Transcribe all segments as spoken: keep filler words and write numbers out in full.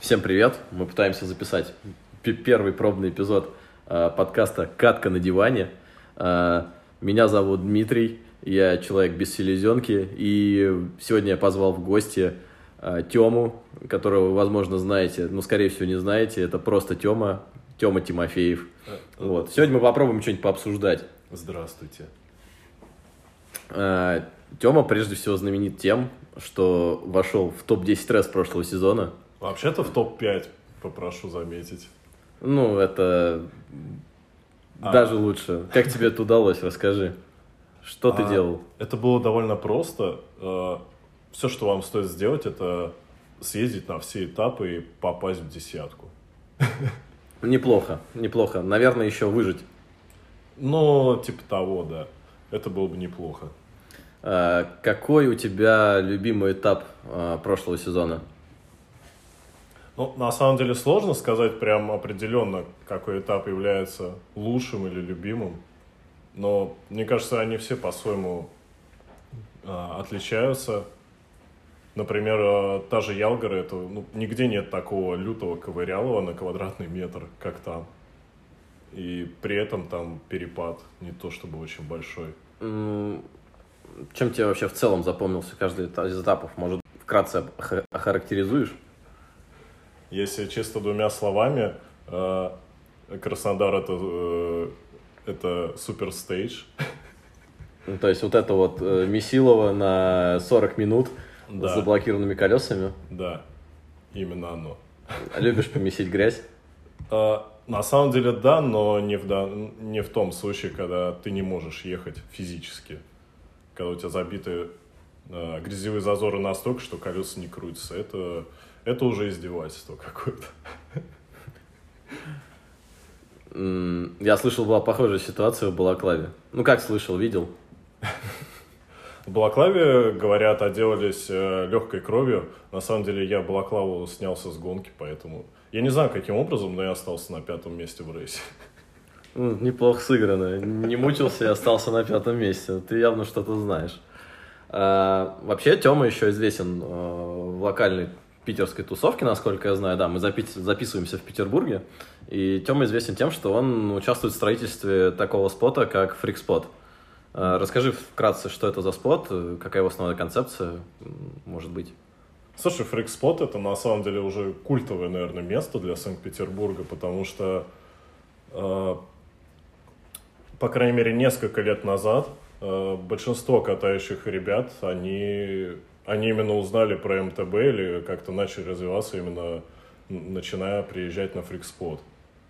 Всем привет! Мы пытаемся записать п- первый пробный эпизод э, подкаста «Катка на диване». Э, меня зовут Дмитрий, я человек без селезенки, и сегодня я позвал в гости э, Тему, которого вы, возможно, знаете, но, скорее всего, не знаете. Это просто Тема, Тема Тимофеев. Вот. Сегодня мы попробуем что-нибудь пообсуждать. Здравствуйте. Э, Тема, прежде всего, знаменит тем, что вошел в топ десять раз прошлого сезона. Вообще-то в топ пять, попрошу заметить. Ну, это а. даже лучше. Как тебе это удалось? Расскажи. Что а, ты делал? Это было довольно просто. Все, что вам стоит сделать, это съездить на все этапы и попасть в десятку. Неплохо, неплохо. Наверное, еще выжить. Ну, типа того, да. Это было бы неплохо. А, какой у тебя любимый этап а, прошлого сезона? Ну, на самом деле сложно сказать прям определенно, какой этап является лучшим или любимым. Но, мне кажется, они все по-своему э, отличаются. Например, э, та же Ялгара, это, ну, нигде нет такого лютого ковырялова на квадратный метр, как там. И при этом там перепад не то чтобы очень большой. Mm, чем тебе вообще в целом запомнился каждый из этапов? Может, вкратце охарактеризуешь? Если чисто двумя словами, э, Краснодар это, э, это суперстейдж. Ну, то есть вот это вот э, Месилово на сорок минут да. С заблокированными колесами? Да, именно оно. Любишь помесить грязь? Э, на самом деле да, но не в, да, не в том случае, когда ты не можешь ехать физически. Когда у тебя забиты э, грязевые зазоры настолько, что колеса не крутятся. Это... Это уже издевательство какое-то. Я слышал, была похожая ситуация в Балаклаве. Ну, как слышал, видел? В Балаклаве, говорят, отделались легкой кровью. На самом деле, я Балаклаву снялся с гонки, поэтому... Я не знаю, каким образом, но я остался на пятом месте в рейсе. Неплохо сыграно. Не мучился и остался на пятом месте. Ты явно что-то знаешь. А, вообще, Тёма еще известен а, в локальной питерской тусовки, насколько я знаю, да, мы запи- записываемся в Петербурге, и Тёма известен тем, что он участвует в строительстве такого спота, как Фрикспот. Расскажи вкратце, что это за спот, какая его основная концепция, может быть? Слушай, Фрикспот — это на самом деле уже культовое, наверное, место для Санкт-Петербурга, потому что, э, по крайней мере, несколько лет назад э, большинство катающих ребят, они... Они именно узнали про эм тэ бэ или как-то начали развиваться, именно начиная приезжать на Фрикспот.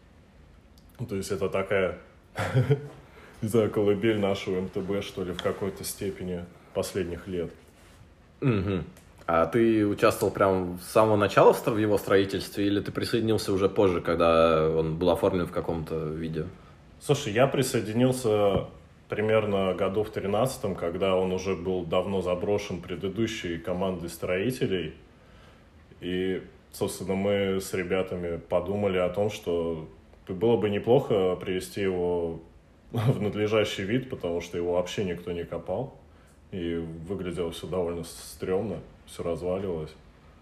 То есть это такая, не знаю, колыбель нашего эм тэ бэ, что ли, в какой-то степени последних лет. Угу. А ты участвовал прям с самого начала в его строительстве, или ты присоединился уже позже, когда он был оформлен в каком-то виде? Слушай, я присоединился... примерно году в тринадцатом, когда он уже был давно заброшен предыдущей командой строителей. И, собственно, мы с ребятами подумали о том, что было бы неплохо привести его в надлежащий вид, потому что его вообще никто не копал. И выглядело все довольно стрёмно, все разваливалось.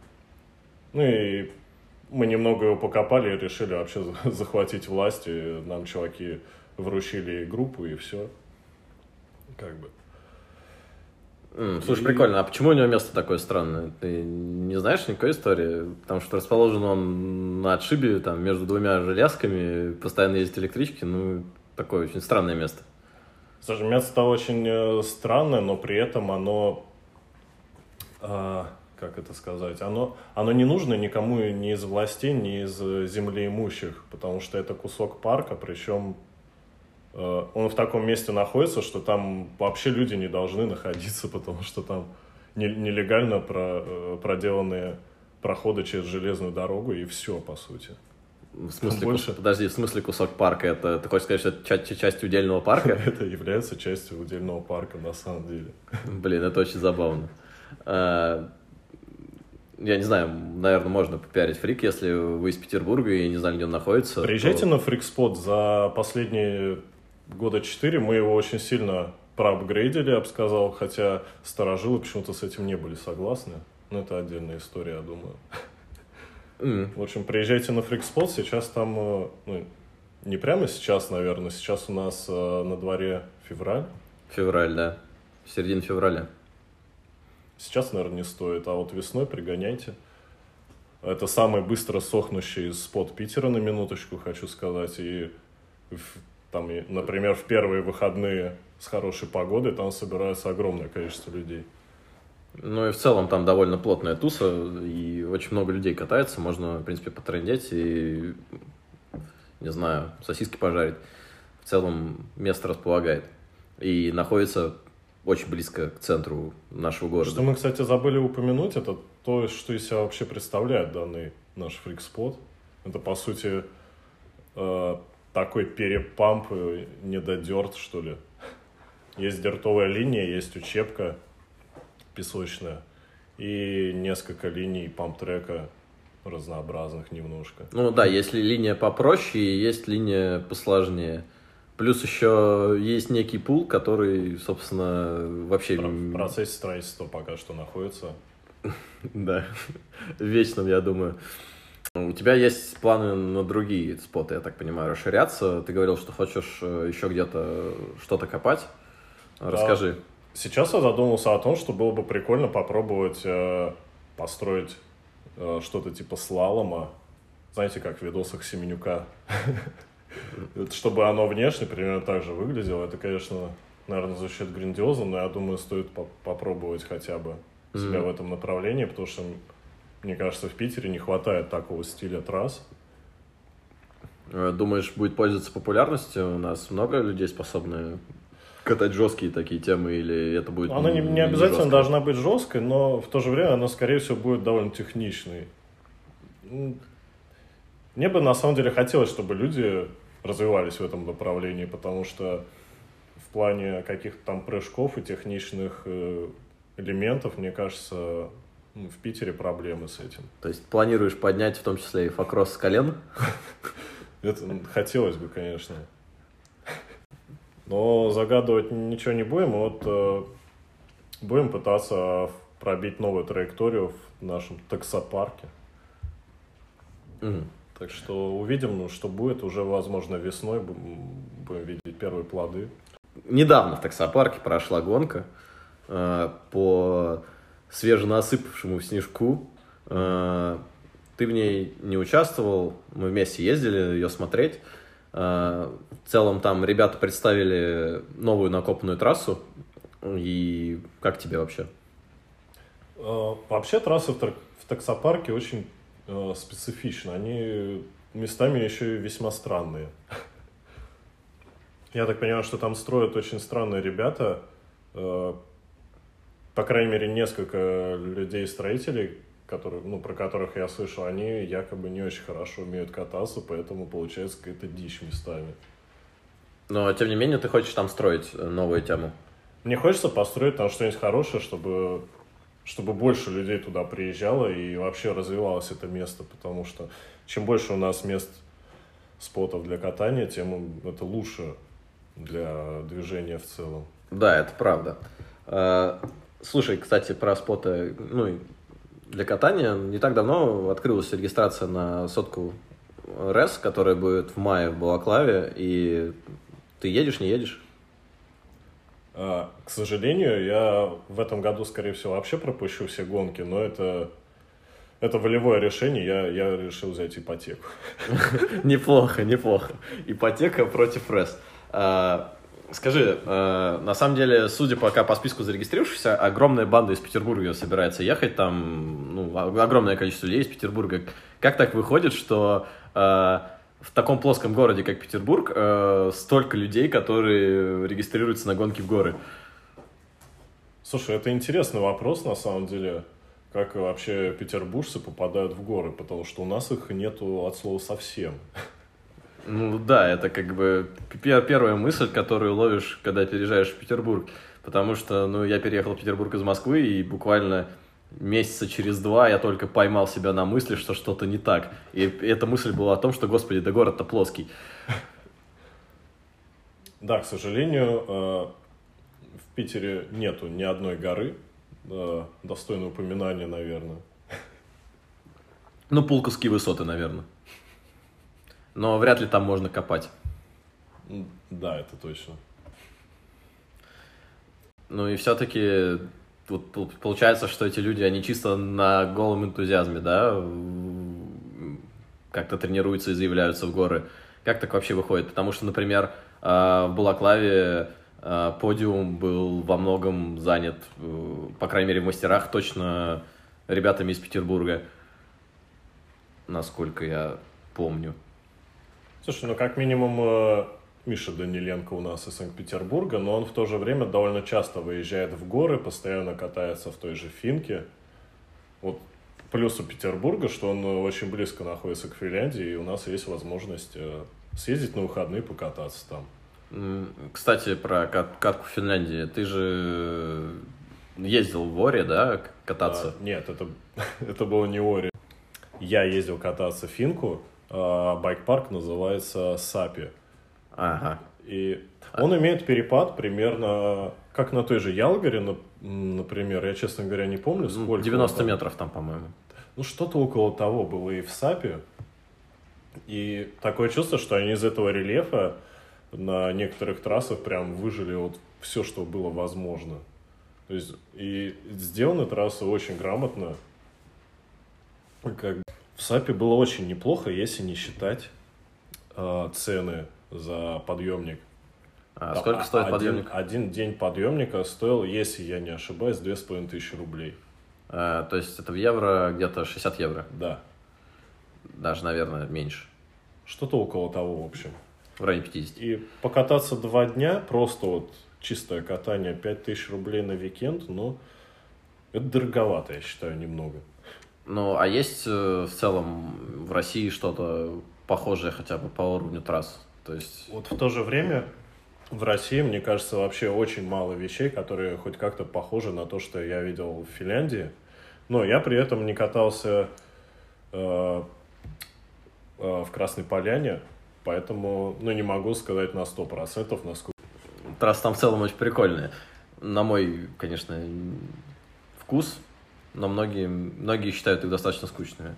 Ну и мы немного его покопали и решили вообще захватить власть. И нам чуваки вручили группу, и все. Как бы. Mm, слушай, и... прикольно. А почему у него место такое странное? Ты не знаешь никакой истории? Потому что расположен он на отшибе, там, между двумя железками, постоянно ездят электрички. Ну, такое очень странное место. Слушай, место очень странное, но при этом оно... А, как это сказать? Оно, оно не нужно никому ни из властей, ни из землеимущих, потому что это кусок парка, причем... Он в таком месте находится, что там вообще люди не должны находиться, потому что там нелегально про, проделанные проходы через железную дорогу, и все, по сути. В смысле, больше... Подожди, в смысле кусок парка? Это, ты хочешь сказать, что это часть, часть удельного парка? Это является частью удельного парка, на самом деле. Блин, это очень забавно. Я не знаю, наверное, можно попиарить Фрик, если вы из Петербурга и не знали, где он находится. Приезжайте на Фрикспот. За последние... года четыре мы его очень сильно проапгрейдили, я бы сказал, хотя старожилы почему-то с этим не были согласны. Но это отдельная история, я думаю. Mm. В общем, приезжайте на Фрикспот, сейчас там, ну, не прямо сейчас, наверное, сейчас у нас на дворе февраль. Февраль, да, середина февраля. Сейчас, наверное, не стоит, а вот весной пригоняйте. Это самый быстро сохнущий спот Питера, на минуточку, хочу сказать. И там, например, в первые выходные с хорошей погодой там собирается огромное количество людей. Ну и в целом там довольно плотная туса, и очень много людей катается. Можно, в принципе, потрындеть и, не знаю, сосиски пожарить. В целом место располагает. И находится очень близко к центру нашего города. Что мы, кстати, забыли упомянуть, это то, что из себя вообще представляет данный наш фрикспот. Это, по сути, э, такой перепамп, недодерт, что ли. Есть дертовая линия, есть учебка песочная и несколько линий памп-трека разнообразных немножко. Ну да, есть линия попроще, есть линия посложнее. Плюс еще есть некий пул, который, собственно, вообще... В процессе строительства пока что находится. Да, в вечном, я думаю. У тебя есть планы на другие споты, я так понимаю, расширяться. Ты говорил, что хочешь еще где-то что-то копать. Расскажи. Да. Сейчас я задумался о том, что было бы прикольно попробовать э, построить э, что-то типа слалома. Знаете, как в видосах Семенюка. Чтобы оно внешне примерно так же выглядело. Это, конечно, наверное, звучит грандиозно, но я думаю, стоит по- попробовать хотя бы себя mm-hmm. в этом направлении, потому что, мне кажется, в Питере не хватает такого стиля трасс. Думаешь, будет пользоваться популярностью? У нас много людей способны катать жесткие такие темы, или это будет... Она не, не обязательно не должна быть жесткой, но в то же время она, скорее всего, будет довольно техничной. Мне бы, на самом деле, хотелось, чтобы люди развивались в этом направлении, потому что в плане каких-то там прыжков и техничных элементов, мне кажется, в Питере проблемы с этим. То есть планируешь поднять в том числе и факросс с колен? Это хотелось бы, конечно. Но загадывать ничего не будем. Вот э, будем пытаться пробить новую траекторию в нашем таксопарке. Mm. Так что увидим, что будет. Уже, возможно, весной будем видеть первые плоды. Недавно в таксопарке прошла гонка э, по свеженасыпавшему снежку. Э, ты в ней не участвовал. Мы вместе ездили ее смотреть. В целом там ребята представили новую накопанную трассу. И как тебе вообще? Вообще трассы в таксопарке очень специфичны. Они местами еще и весьма странные. Я так понимаю, что там строят очень странные ребята. По крайней мере, несколько людей-строителей, которые, ну, про которых я слышал, они якобы не очень хорошо умеют кататься, поэтому получается какая-то дичь местами. Но, тем не менее, ты хочешь там строить новую тему? Мне хочется построить там что-нибудь хорошее, чтобы, чтобы больше людей туда приезжало и вообще развивалось это место, потому что чем больше у нас мест, спотов для катания, тем это лучше для движения в целом. Да, это правда. Слушай, кстати, про споты, ну, для катания не так давно открылась регистрация на сотку РЭС, которая будет в мае в Балаклаве, и ты едешь, не едешь? А, к сожалению, я в этом году, скорее всего, вообще пропущу все гонки, но это, это волевое решение, я, я решил взять ипотеку. Неплохо, неплохо. Ипотека против РЭС. Скажи, э, на самом деле, судя пока по списку зарегистрировавшихся, огромная банда из Петербурга собирается ехать, там, ну, огромное количество людей из Петербурга. Как так выходит, что э, в таком плоском городе, как Петербург, э, столько людей, которые регистрируются на гонки в горы? Слушай, это интересный вопрос, на самом деле, как вообще петербуржцы попадают в горы, потому что у нас их нету от слова совсем. Ну да, это как бы первая мысль, которую ловишь, когда переезжаешь в Петербург. Потому что, ну, я переехал в Петербург из Москвы, и буквально месяца через два я только поймал себя на мысли, что что-то не так. И эта мысль была о том, что, господи, да город-то плоский. Да, к сожалению, в Питере нету ни одной горы, достойной упоминания, наверное. Ну, Пулковские высоты, наверное. Но вряд ли там можно копать. Да, это точно. Ну и все-таки вот получается, что эти люди, они чисто на голом энтузиазме, да, как-то тренируются и заявляются в горы. Как так вообще выходит? Потому что, например, в Балаклаве подиум был во многом занят, по крайней мере, в мастерах, точно ребятами из Петербурга, насколько я помню. Слушай, ну как минимум Миша Даниленко у нас из Санкт-Петербурга, но он в то же время довольно часто выезжает в горы, постоянно катается в той же Финке. Вот плюс у Петербурга, что он очень близко находится к Финляндии, и у нас есть возможность съездить на выходные покататься там. Кстати, про катку в Финляндии. Ты же ездил в Оре, да, кататься? А, нет, это, это было не Оре. Я ездил кататься в Финку, а байк-парк называется Сапи. Ага. И он имеет перепад примерно как на той же Ялгаре, например. Я, честно говоря, не помню, сколько. девяносто метров там, по-моему. Ну, что-то около того было и в Сапе. И такое чувство, что они из этого рельефа на некоторых трассах прям выжили вот все, что было возможно. То есть, и сделаны трассы очень грамотно. Как в Сапе было очень неплохо, если не считать э, цены за подъемник. А Там, сколько стоит один, подъемник? Один день подъемника стоил, если я не ошибаюсь, две с половиной тысячи рублей. А, то есть это в евро где-то шестьдесят евро? Да. Даже, наверное, меньше. Что-то около того, в общем. В районе пятьдесят. И покататься два дня, просто вот чистое катание, пять тысяч рублей на уикенд, ну, это дороговато, я считаю, немного. Ну, а есть в целом в России что-то похожее хотя бы по уровню трасс? То есть... Вот в то же время в России, мне кажется, вообще очень мало вещей, которые хоть как-то похожи на то, что я видел в Финляндии. Но я при этом не катался э, э, в Красной Поляне, поэтому, ну, не могу сказать на сто процентов, насколько... Трассы там в целом очень прикольные. На мой, конечно, вкус, но многие, многие считают их достаточно скучными.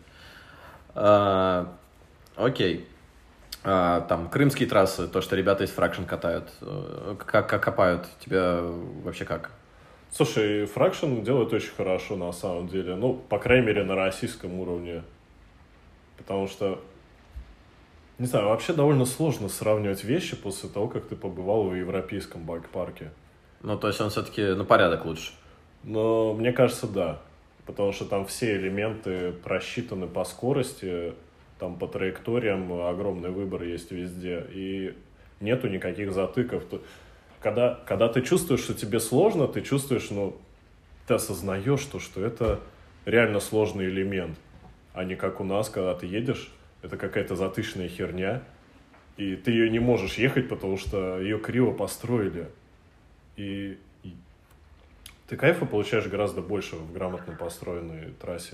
А, окей. А, там крымские трассы, то, что ребята из Fraction катают, как, как копают, тебя вообще как? Слушай, Fraction делает очень хорошо на самом деле, ну, по крайней мере, на российском уровне, потому что, не знаю, вообще довольно сложно сравнивать вещи после того, как ты побывал в европейском байк-парке. Ну, то есть он все-таки на порядок лучше? Но мне кажется, да, потому что там все элементы просчитаны по скорости, там по траекториям огромный выбор есть везде, и нету никаких затыков. Когда, когда ты чувствуешь, что тебе сложно, ты чувствуешь, ну, ты осознаешь, то, что это реально сложный элемент, а не как у нас, когда ты едешь, это какая-то затычная херня, и ты ее не можешь ехать, потому что ее криво построили. И, и ты кайфа получаешь гораздо больше в грамотно построенной трассе.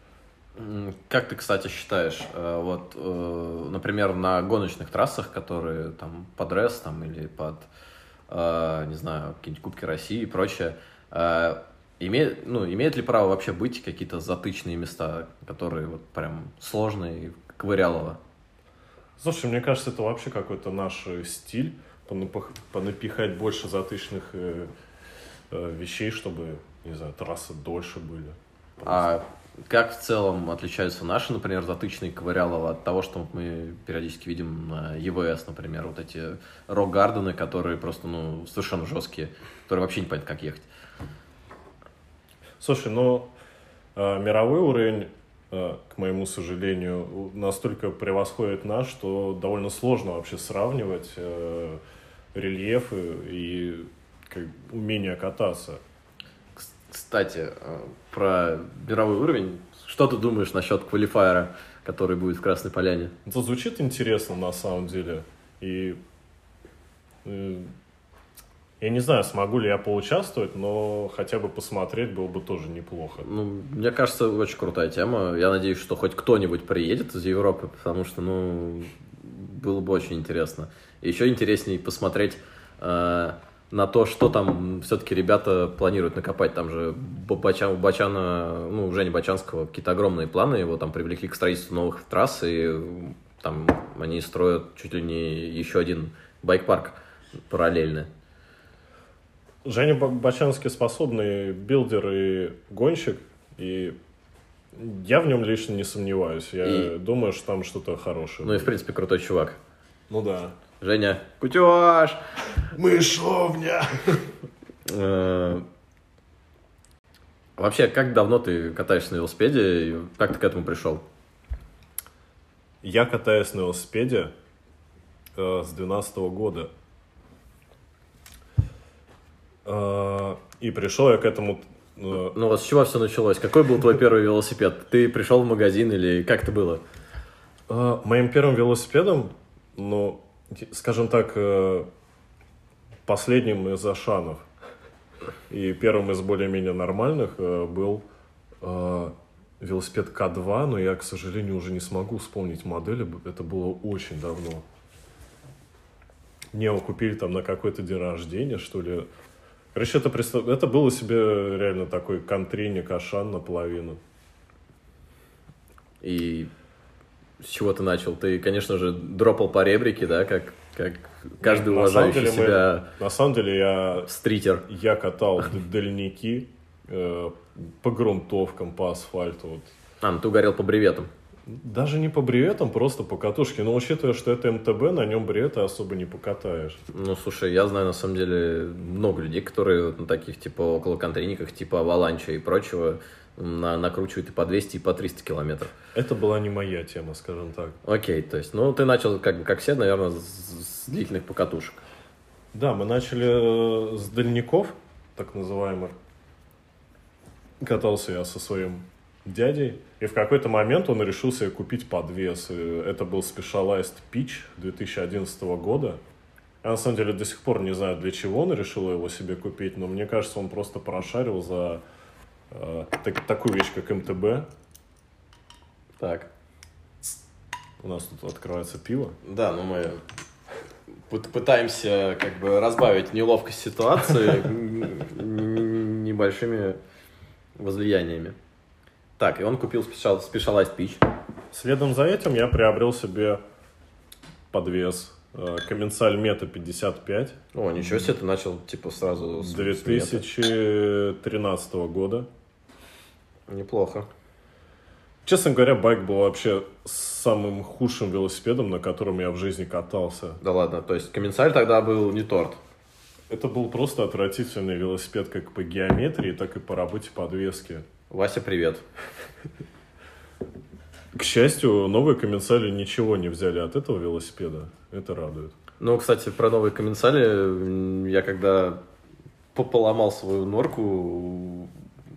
Как ты, кстати, считаешь, вот, например, на гоночных трассах, которые там под РЭС там, или под, не знаю, какие-нибудь Кубки России и прочее, имеет, ну, имеет ли право вообще быть какие-то затычные места, которые вот прям сложные, ковырялово? Слушай, мне кажется, это вообще какой-то наш стиль, понапах, понапихать больше затычных э, э, вещей, чтобы, не знаю, трассы дольше были. Просто. А как в целом отличаются наши, например, затычные ковырялово от того, что мы периодически видим на ЕВС, например, вот эти рок-гардены, которые просто, ну, совершенно жесткие, которые вообще не понятно, как ехать? Слушай, ну, э, мировой уровень, э, к моему сожалению, настолько превосходит наш, что довольно сложно вообще сравнивать э, рельефы и как, умение кататься. Кстати, про мировой уровень. Что ты думаешь насчет квалифайера, который будет в Красной Поляне? Это звучит интересно на самом деле. И э, я не знаю, смогу ли я поучаствовать, но хотя бы посмотреть было бы тоже неплохо. Ну, мне кажется, очень крутая тема. Я надеюсь, что хоть кто-нибудь приедет из Европы, потому что, ну, было бы очень интересно. И еще интереснее посмотреть э, на то, что там все-таки ребята планируют накопать. Там же Бачан, у Бачана, ну, Жени Бачанского какие-то огромные планы, его там привлекли к строительству новых трасс, и там они строят чуть ли не еще один байк-парк параллельно. Женя Бачанский способный билдер и гонщик, и я в нем лично не сомневаюсь. Я и... думаю, что там что-то хорошее. Ну и в принципе крутой чувак. Ну да. Женя, кутеж! Мышовня! Вообще, как давно ты катаешься на велосипеде и как ты к этому пришел? Я катаюсь на велосипеде э, с двенадцатого года. Э, и пришел я к этому... Э... Ну вот с чего все началось? Какой был твой первый велосипед? Ты пришел в магазин или как это было? Э, моим первым велосипедом, ну, скажем так, э, последним из Ашанов и первым из более-менее нормальных э, был... Э, велосипед К два, но я, к сожалению, уже не смогу вспомнить модель. Это было очень давно. Мне его купили там на какой-то день рождения, что ли. Короче, это, представ... это было себе реально такой контрейник Ашан наполовину. И с чего ты начал? Ты, конечно же, дропал по ребрике, да, как, как каждый на уважающий деле себя мы... На самом деле я... Стритер. Я катал дальники по грунтовкам, по асфальту. Вот. А, ну ты угорел по бреветам. Даже не по бреветам, просто по катушке. Но учитывая, что это эм тэ бэ, на нем бреветы особо не покатаешь. Ну, слушай, я знаю, на самом деле, много людей, которые на таких, типа, околоконтрейниках, типа Аваланча и прочего, на, накручивают и по двести, и по триста километров. Это была не моя тема, скажем так. Окей, то есть, ну, ты начал, как бы, как все, наверное, с, с длительных покатушек. Да, мы начали с дальников, так называемых. Катался я со своим дядей, и в какой-то момент он решил себе купить подвес. И это был Specialized Pitch две тысячи одиннадцатого года. Я на самом деле до сих пор не знаю, для чего он решил его себе купить, но мне кажется, он просто прошарил за э, так, такую вещь, как эм тэ бэ. Так. У нас тут открывается пиво. Да, но мы пытаемся как бы разбавить неловкость ситуации небольшими возлияниями. Так, и он купил спешал, Specialized Pitch. Следом за этим я приобрел себе подвес э, Комменсаль Мета пятьдесят пять. О, ничего себе, ты начал типа сразу с две тысячи тринадцатого года. Неплохо. Честно говоря, байк был вообще самым худшим велосипедом, на котором я в жизни катался. Да ладно, то есть Комменсаль тогда был не торт. Это был просто отвратительный велосипед как по геометрии, так и по работе подвески. Вася, привет. К счастью, новые Комменсали ничего не взяли от этого велосипеда. Это радует. Ну, кстати, про новые Комменсали, я когда поломал свою норку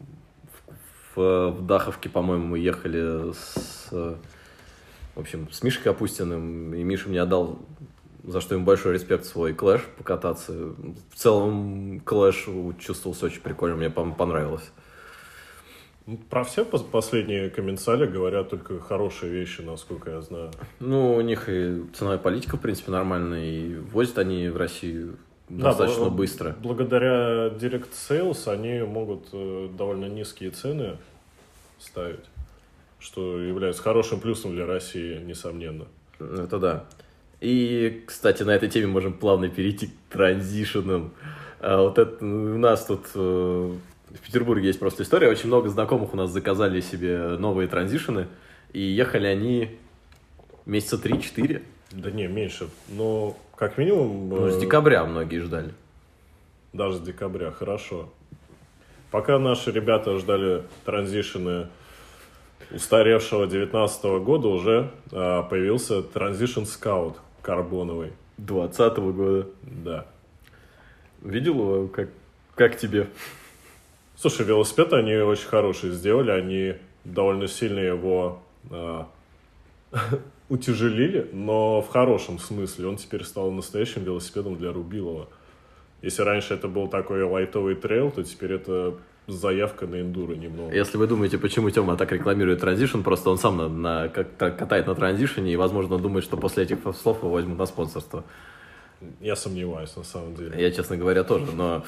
в, в Даховке, по-моему, мы ехали с, в общем, с Мишей Капустиным, и Миша мне отдал, за что ему большой респект, свой Клэш покататься. В целом, Клэш чувствовался очень прикольно, мне понравилось. Про все последние Комменсали говорят только хорошие вещи, насколько я знаю. Ну, у них и ценовая политика, в принципе, нормальная, и возят они в Россию да, достаточно бл- быстро. Благодаря Direct Sales они могут э, довольно низкие цены ставить, что является хорошим плюсом для России, несомненно. Это да. И, кстати, на этой теме можем плавно перейти к транзишенам. А вот это у нас тут... Э, В Петербурге есть просто история. Очень много знакомых у нас заказали себе новые транзишены. И ехали они месяца три-четыре. Да не, меньше. Но как минимум... Ну, с декабря многие ждали. Даже с декабря, хорошо. Пока наши ребята ждали транзишены устаревшего девятнадцатого года, уже а, появился Transition Scout карбоновый. двадцатого года. Да. Видел его? Как, как тебе? Слушай, велосипед они очень хороший сделали, они довольно сильно его э, утяжелили, но в хорошем смысле. Он теперь стал настоящим велосипедом для Рубилова. Если раньше это был такой лайтовый трейл, то теперь это заявка на эндуро немного. Если вы думаете, почему Тёма так рекламирует транзишн, просто он сам на, на, как, катает на транзишне и, возможно, думает, что после этих слов его возьмут на спонсорство. Я сомневаюсь, на самом деле. Я, честно говоря, тоже, но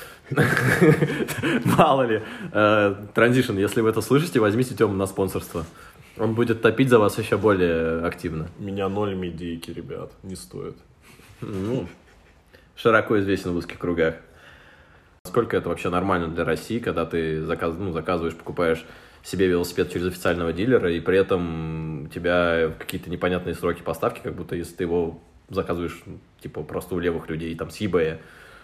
мало ли. Транзишн, если вы это слышите, возьмите Тему на спонсорство. Он будет топить за вас еще более активно. Меня ноль медийки, ребят, не стоит. Ну, широко известен в узких кругах. Насколько это вообще нормально для России, когда ты заказ, ну, заказываешь, покупаешь себе велосипед через официального дилера, и при этом у тебя какие-то непонятные сроки поставки, как будто если ты его заказываешь, типа, просто у левых людей, там, с eBay.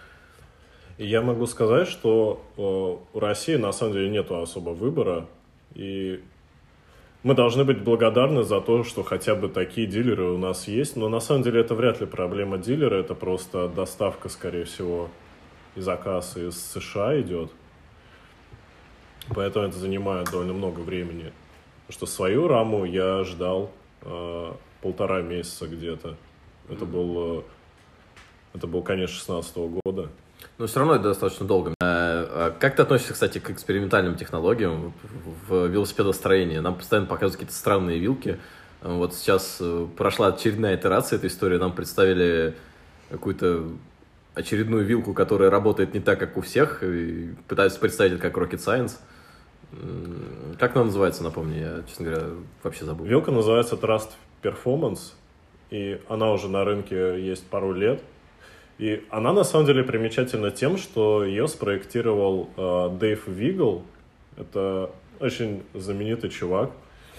И я могу сказать, что э, у России на самом деле нету особо выбора, и мы должны быть благодарны за то, что хотя бы такие дилеры у нас есть, но на самом деле это вряд ли проблема дилера, это просто доставка, скорее всего, и заказ из США идет. Поэтому это занимает довольно много времени. Потому что свою раму я ждал э, полтора месяца где-то. Это был, это был конец шестнадцатого года. Но все равно это достаточно долго. А как ты относишься, кстати, к экспериментальным технологиям в велосипедостроении? Нам постоянно показывают какие-то странные вилки. Вот сейчас прошла очередная итерация этой истории. Нам представили какую-то очередную вилку, которая работает не так, как у всех. И пытаются представить это как Rocket Science. Как она называется, напомни? Я, честно говоря, вообще забыл. Вилка называется Trust Performance. И она уже на рынке есть пару лет. И она на самом деле примечательна тем, что ее спроектировал э, Дэйв Вигл. Это очень знаменитый чувак.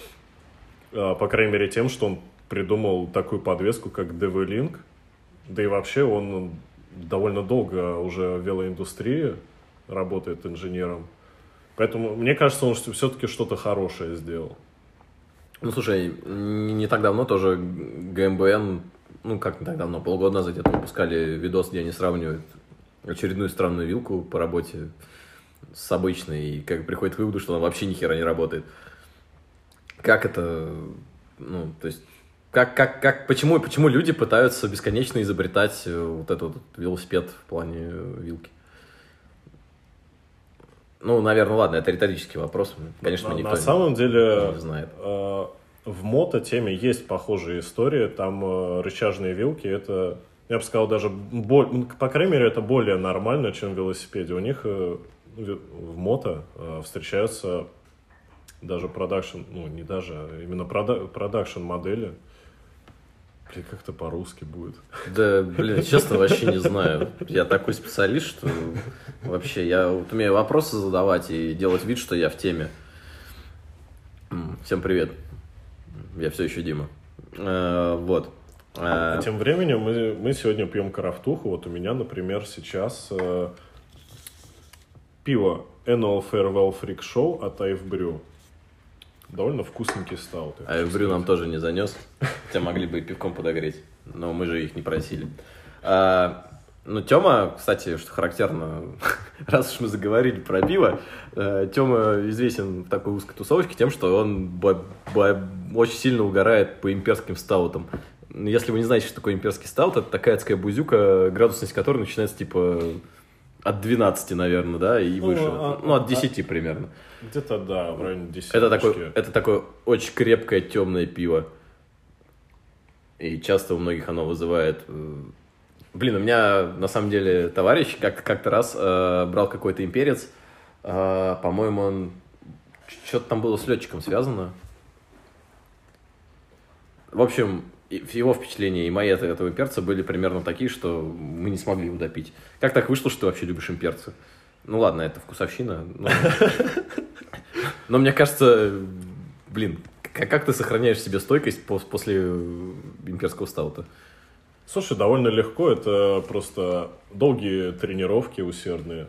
Э, по крайней мере тем, что он придумал такую подвеску, как ди ви Link. Да и вообще он довольно долго уже в велоиндустрии работает инженером. Поэтому мне кажется, он все-таки что-то хорошее сделал. Ну, слушай, не, не так давно тоже джи эм би эн, ну, как не так давно, полгода назад где-то выпускали видос, где они сравнивают очередную странную вилку по работе с обычной, и как приходит к выводу, что она вообще ни хера не работает. Как это, ну, то есть, как, как, как, почему, почему люди пытаются бесконечно изобретать вот этот вот велосипед в плане вилки? Ну, наверное, ладно, это риторический вопрос. Конечно, на, никто на самом деле, не знает. Э, в мото-теме есть похожие истории. Там э, рычажные вилки, это, я бы сказал, даже, боль, по крайней мере, это более нормально, чем в велосипеде. У них э, в мото э, встречаются даже продакшн, ну, не даже, а именно продакшн модели. Блин, как это по-русски будет? Да, блин, честно, вообще не знаю. Я такой специалист, что вообще я вот умею вопросы задавать и делать вид, что я в теме. Всем привет. Я все еще Дима. А, вот. А... А тем временем мы, мы сегодня пьем крафтуху. Вот у меня, например, сейчас э, пиво Annual Farewell Freak Show от I've Brew. Довольно вкусненький стаут. А Брю нам тоже не занес. Хотя могли бы и пивком подогреть. Но мы же их не просили. А, ну, Тёма, кстати, что характерно, раз уж мы заговорили про пиво, Тёма известен в такой узкой тусовочке тем, что он бо- бо- очень сильно угорает по имперским стаутам. Если вы не знаете, что такое имперский стаут, это такая адская бузюка, градусность которой начинается типа от двенадцати, наверное, да, и ну, выше. А, ну, от десяти а, примерно. Где-то, да, в районе десяти. Это такое, это такое очень крепкое темное пиво. И часто у многих оно вызывает... Блин, у меня, на самом деле, товарищ как- как-то раз э, брал какой-то имперец. Э, по-моему, он... Что-то там было с летчиком связано. В общем, его впечатления и мои от этого имперца были примерно такие, что мы не смогли его допить. Как так вышло, что ты вообще любишь имперцы? Ну ладно, это вкусовщина. Но, но мне кажется, блин, как ты сохраняешь в себе стойкость после имперского стаута? Слушай, довольно легко. Это просто долгие тренировки усердные.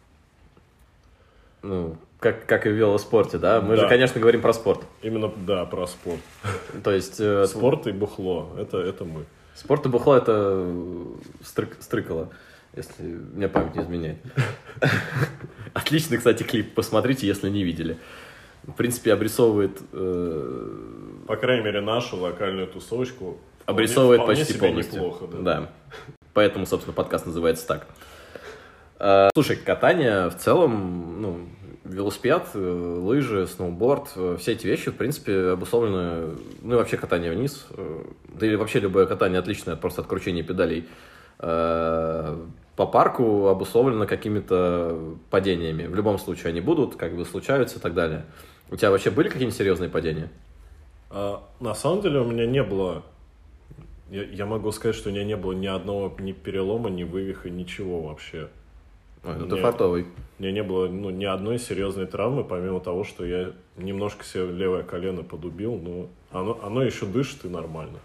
Ну, как, как и в велоспорте, да? Мы да. же, конечно, говорим про спорт. Именно, да, про спорт. То есть... Спорт и бухло. Это, это мы. Спорт и бухло — это стрык, стрыкало, если мне память не изменяет. Отличный, кстати, клип. Посмотрите, если не видели. В принципе, обрисовывает... Э... По крайней мере, нашу локальную тусовочку. Обрисовывает вполне почти полностью. Неплохо, да. да. Поэтому, собственно, подкаст называется так. А, слушай, катание в целом, ну, велосипед, лыжи, сноуборд, все эти вещи, в принципе, обусловлены, ну и вообще катание вниз, да и вообще любое катание отличное просто от кручения педалей, э, по парку обусловлено какими-то падениями. В любом случае они будут, как бы случаются и так далее. У тебя вообще были какие-нибудь серьезные падения? А, на самом деле у меня не было... Я, я могу сказать, что у меня не было ни одного ни перелома, ни вывиха, ничего вообще. Ой, ну ты фартовый. У меня не было ну, ни одной серьезной травмы, помимо того, что я немножко себе левое колено подубил, но оно, оно еще дышит и нормально.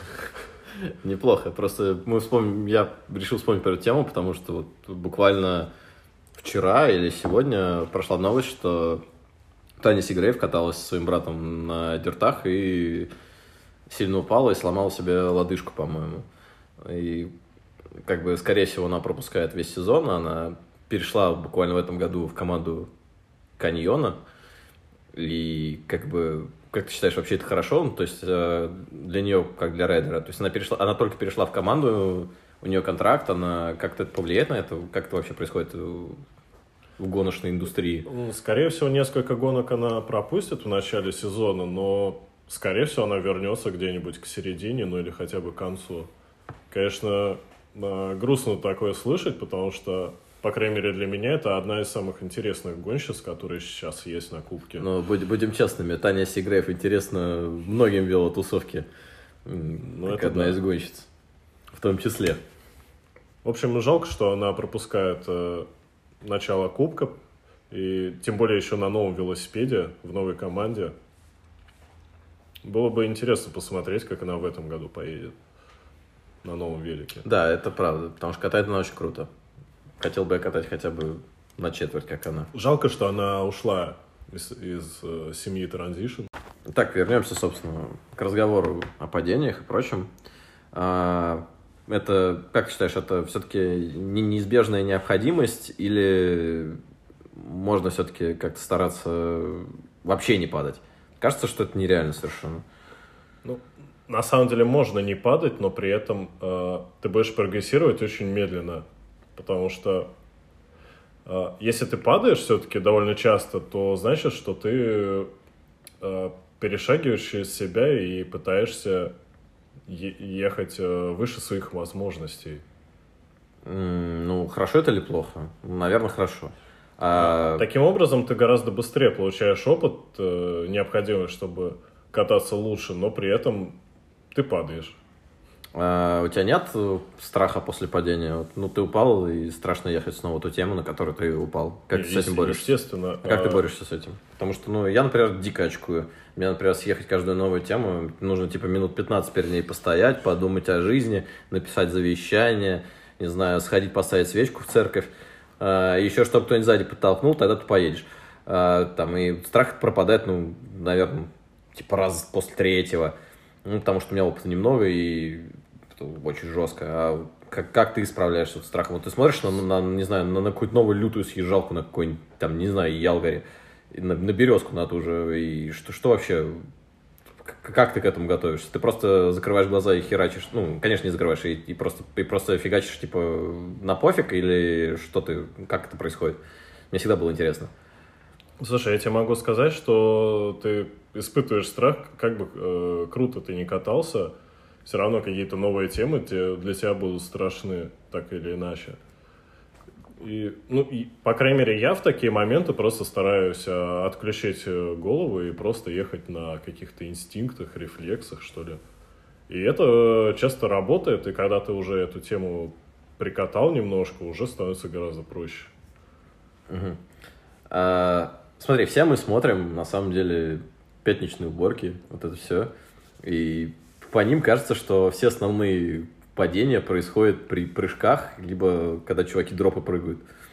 Неплохо. Просто мы вспомним, я решил вспомнить про эту тему, потому что вот буквально вчера или сегодня прошла новость, что Таня Сигрейв каталась со своим братом на дертах и сильно упала и сломала себе лодыжку, по-моему. И как бы, скорее всего, она пропускает весь сезон. Она перешла буквально в этом году в команду Каньона. И как бы, как ты считаешь, вообще это хорошо? Ну, то есть для нее, как для райдера, то есть она перешла, она только перешла в команду, у нее контракт, она как-то это повлияет на это? Как это вообще происходит в гоночной индустрии? Скорее всего, несколько гонок она пропустит в начале сезона, но, скорее всего, она вернется где-нибудь к середине, ну или хотя бы к концу. Конечно, грустно такое слышать, потому что, по крайней мере, для меня это одна из самых интересных гонщиц, которые сейчас есть на Кубке. Ну, будем, будем честными, Таня Сигрейв интересна многим велотусовке, ну, как одна да. из гонщиц, в том числе. В общем, жалко, что она пропускает э, начало Кубка, и тем более еще на новом велосипеде, в новой команде. Было бы интересно посмотреть, как она в этом году поедет на новом велике. Да, это правда, потому что катает она очень круто. Хотел бы я катать хотя бы на четверть, как она. Жалко, что она ушла из, из э, семьи Transition. Так, вернемся, собственно, к разговору о падениях и прочем. А, это, как ты считаешь, это все-таки неизбежная необходимость или можно все-таки как-то стараться вообще не падать? Кажется, что это нереально совершенно. Ну, на самом деле можно не падать, но при этом э, ты будешь прогрессировать очень медленно. Потому что э, если ты падаешь все-таки довольно часто, то значит, что ты э, перешагиваешь через себя и пытаешься е- ехать э, выше своих возможностей. Mm, ну, хорошо это или плохо? Наверное, хорошо. А... Таким образом, ты гораздо быстрее получаешь опыт, э, необходимый, чтобы кататься лучше, но при этом ты падаешь. А у тебя нет страха после падения? Вот, ну, ты упал, и страшно ехать снова в ту тему, на которую ты упал. Как и, ты с этим борешься? Естественно. Как а... ты борешься с этим? Потому что, ну, я, например, дико очкую. Мне, например, съехать каждую новую тему, нужно, типа, минут пятнадцать перед ней постоять, подумать о жизни, написать завещание, не знаю, сходить поставить свечку в церковь. А, еще, чтобы кто-нибудь сзади подтолкнул, тогда ты поедешь. А, там, и страх пропадает, ну, наверное, типа, раз после третьего. Ну, потому что у меня опыта немного, и очень жестко. А как, как ты справляешься с страхом? Вот ты смотришь на, на, не знаю, на, на какую-то новую лютую съезжалку, на какой-нибудь, там, не знаю, Ялгаре, на, на березку на ту же, и что, что вообще, как, как ты к этому готовишься? Ты просто закрываешь глаза и херачишь, ну, конечно, не закрываешь, и, и, просто, и просто фигачишь, типа, на пофиг, или что ты, как это происходит? Мне всегда было интересно. Слушай, я тебе могу сказать, что ты испытываешь страх, как бы э, круто ты ни катался, все равно какие-то новые темы для тебя будут страшны, так или иначе. И, ну, и, по крайней мере, я в такие моменты просто стараюсь а, отключить голову и просто ехать на каких-то инстинктах, рефлексах, что ли. И это часто работает, и когда ты уже эту тему прикатал немножко, уже становится гораздо проще. Угу. А, смотри, все мы смотрим, на самом деле, пятничные уборки, вот это все, и по ним кажется, что все основные падения происходят при прыжках, либо когда чуваки дропы прыгают.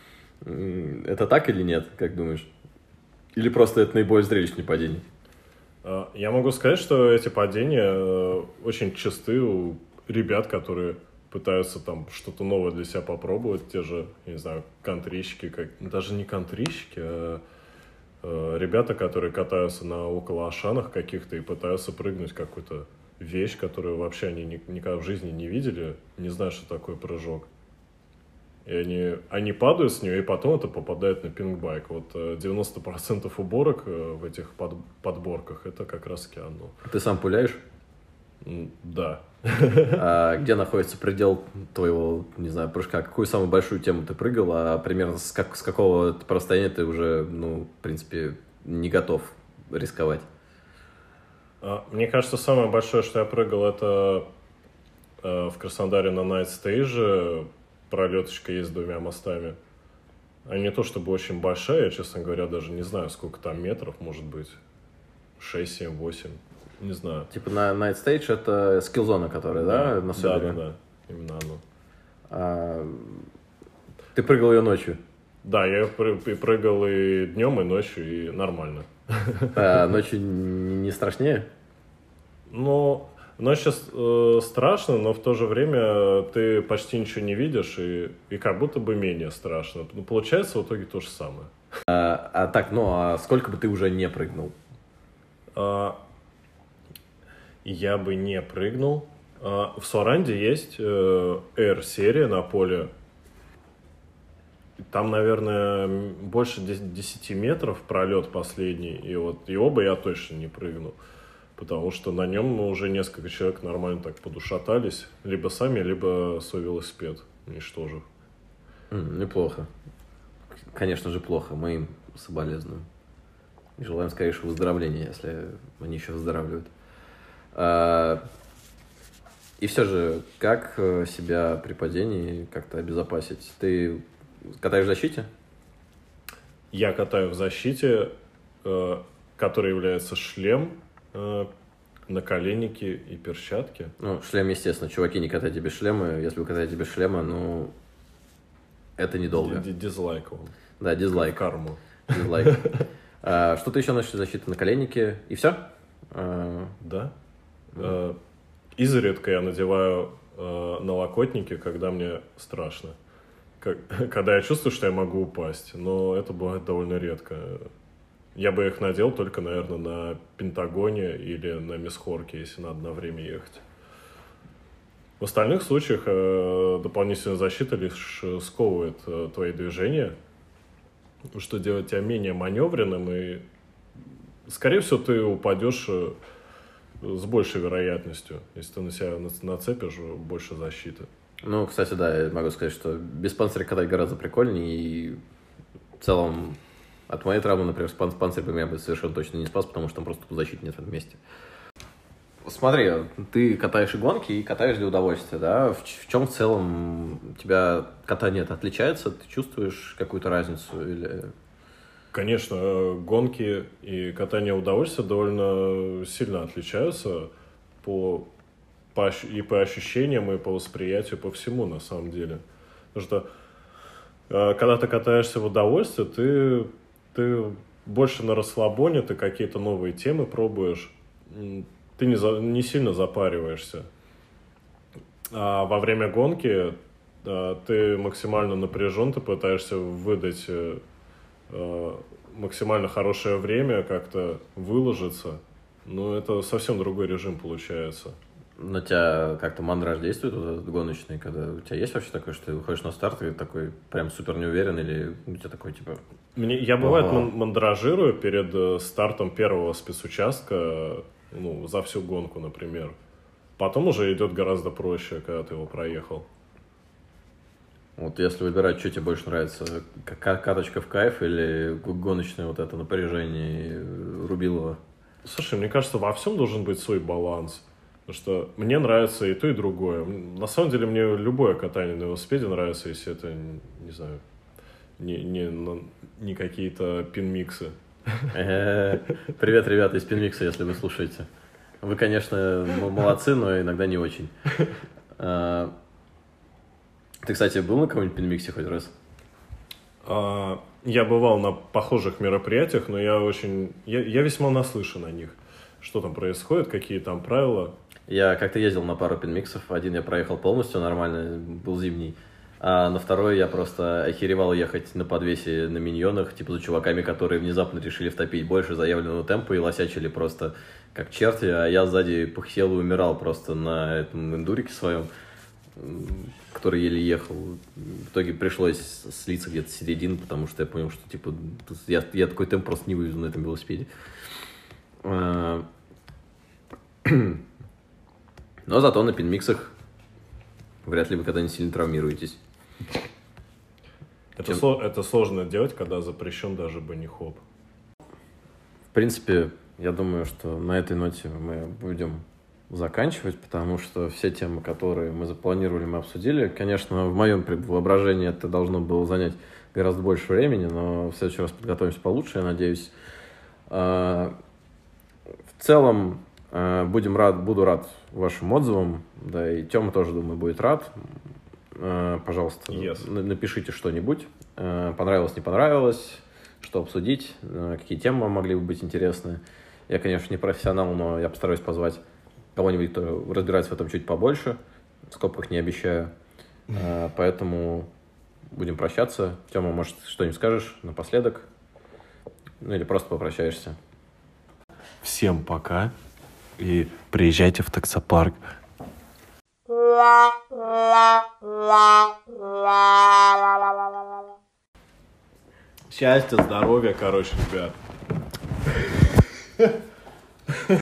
Это так или нет, как думаешь? Или просто это наиболее зрелищные падения? Я могу сказать, что эти падения очень часты у ребят, которые пытаются там что-то новое для себя попробовать. Те же, я не знаю, кантрищики, как... даже не кантрищики, а ребята, которые катаются на околоашанах каких-то и пытаются прыгнуть какую-то вещь, которую вообще они никогда в жизни не видели, не знают, что такое прыжок. И они, они падают с нее, и потом это попадает на пингбайк. Вот девяносто процентов уборок в этих под, подборках — это как раз таки оно. Ты сам пуляешь? Да. А где находится предел твоего, не знаю, прыжка? Какую самую большую тему ты прыгал, а примерно с, как, с какого расстояния ты уже, ну, в принципе, не готов рисковать? Мне кажется, самое большое, что я прыгал, это в Краснодаре на Night Stage пролеточка есть с двумя мостами. А не то чтобы очень большая, я, честно говоря, даже не знаю, сколько там метров, может быть, шесть, семь, восемь, не знаю. Типа на Night Stage это скиллзона, которая, да, да на да, да, да, именно оно. А, ты прыгал ее ночью? Да, я и прыгал и днем, и ночью, и нормально. А ночью не страшнее? Ну, ночью э, страшно, но в то же время ты почти ничего не видишь, и, и как будто бы менее страшно. Ну, получается в итоге то же самое. А, а так, ну, а сколько бы ты уже не прыгнул? А, я бы не прыгнул. А, в Соранде есть э, R-серия на поле. Там, наверное, больше десяти метров пролет последний. И вот его бы я точно не прыгнул. Потому что на нем уже несколько человек нормально так подушатались. Либо сами, либо свой велосипед уничтожив. Mm, неплохо. Конечно же, плохо. Мы им соболезнуем. И желаем скорейшего выздоровления, если они еще выздоравливают. А, и все же, как себя при падении как-то обезопасить? Ты катаешь в защите? Я катаю в защите, э, который является шлем, наколенники и перчатки. Ну, шлем, естественно. Чуваки, не катайте без шлема. Если вы катаете без шлема, ну, это недолго. Дизлайк вам. Да, дизлайк. В карму. Дизлайк. А, что ты еще носишь защиты? Наколенники и все? А... Да. А, изредка я надеваю а, налокотники, когда мне страшно. Как, когда я чувствую, что я могу упасть. Но это бывает довольно редко. Я бы их надел только, наверное, на Пентагоне или на Мисхорке, если надо на время ехать. В остальных случаях э, дополнительная защита лишь сковывает э, твои движения, что делает тебя менее маневренным, и, скорее всего, ты упадешь э, с большей вероятностью, если ты на себя нацепишь больше защиты. Ну, кстати, да, я могу сказать, что без панциря катать гораздо прикольнее, и в целом от моей травмы, например, панцирь бы меня бы совершенно точно не спас, потому что там просто защиты нет в этом месте. Смотри, ты катаешь и гонки, и катаешь для удовольствия, да? В, в чем в целом у тебя катание отличается? Ты чувствуешь какую-то разницу или... Конечно, гонки и катание удовольствия довольно сильно отличаются по, по, и по ощущениям, и по восприятию, по всему на самом деле. Потому что когда ты катаешься в удовольствие, ты... ты больше на расслабоне, ты какие-то новые темы пробуешь, ты не, за, не сильно запариваешься. А во время гонки а, ты максимально напряжен, ты пытаешься выдать а, максимально хорошее время, как-то выложиться, но это совсем другой режим получается. На тебя как-то мандраж действует, вот этот гоночный, когда у тебя есть вообще такое, что ты выходишь на старт и такой прям супер не уверен, или у тебя такой типа... Мне, я бывает ман- мандражирую перед стартом первого спецучастка, ну, за всю гонку, например. Потом уже идет гораздо проще, когда ты его проехал. Вот если выбирать, что тебе больше нравится, каточка в кайф или гоночное вот это напряжение Рубилова? Слушай, мне кажется, во всем должен быть свой баланс. Потому что мне нравится и то, и другое. На самом деле, мне любое катание на велосипеде нравится, если это, не знаю, не, не, не какие-то пин-миксы. Привет, ребята из пин-микса, если вы слушаете. Вы, конечно, молодцы, но иногда не очень. Ты, кстати, был на каком-нибудь пин-миксе хоть раз? Я бывал на похожих мероприятиях, но я очень... Я, я весьма наслышан о них. Что там происходит, какие там правила. Я как-то ездил на пару пин-миксов. Один я проехал полностью нормально, был зимний. А на второй я просто охеревал ехать на подвесе на миньонах, типа за чуваками, которые внезапно решили втопить больше заявленного темпа и лосячили просто как черти, а я сзади пыхтел и умирал просто на этом эндурике своем, который еле ехал. В итоге пришлось слиться где-то с середины, потому что я понял, что типа я, я такой темп просто не вывезу на этом велосипеде. Но зато на пинмиксах вряд ли вы когда-нибудь сильно травмируетесь. Это, Чем... это сложно делать, когда запрещен даже банни-хоп. В принципе, я думаю, что на этой ноте мы будем заканчивать, потому что все темы, которые мы запланировали, мы обсудили. Конечно, в моем воображении это должно было занять гораздо больше времени, но в следующий раз подготовимся получше, я надеюсь. В целом, будем рад, буду рад вашим отзывам, да, и Тёма тоже, думаю, будет рад. Пожалуйста, yes. напишите что-нибудь, понравилось, не понравилось, что обсудить, какие темы вам могли бы быть интересны. Я, конечно, не профессионал, но я постараюсь позвать кого-нибудь, кто разбирается в этом чуть побольше. В скобках не обещаю. Mm-hmm. Поэтому будем прощаться. Тёма, может, что-нибудь скажешь напоследок? Ну или просто попрощаешься. Всем пока. И приезжайте в таксопарк. Счастья, здоровья, короче, ребят.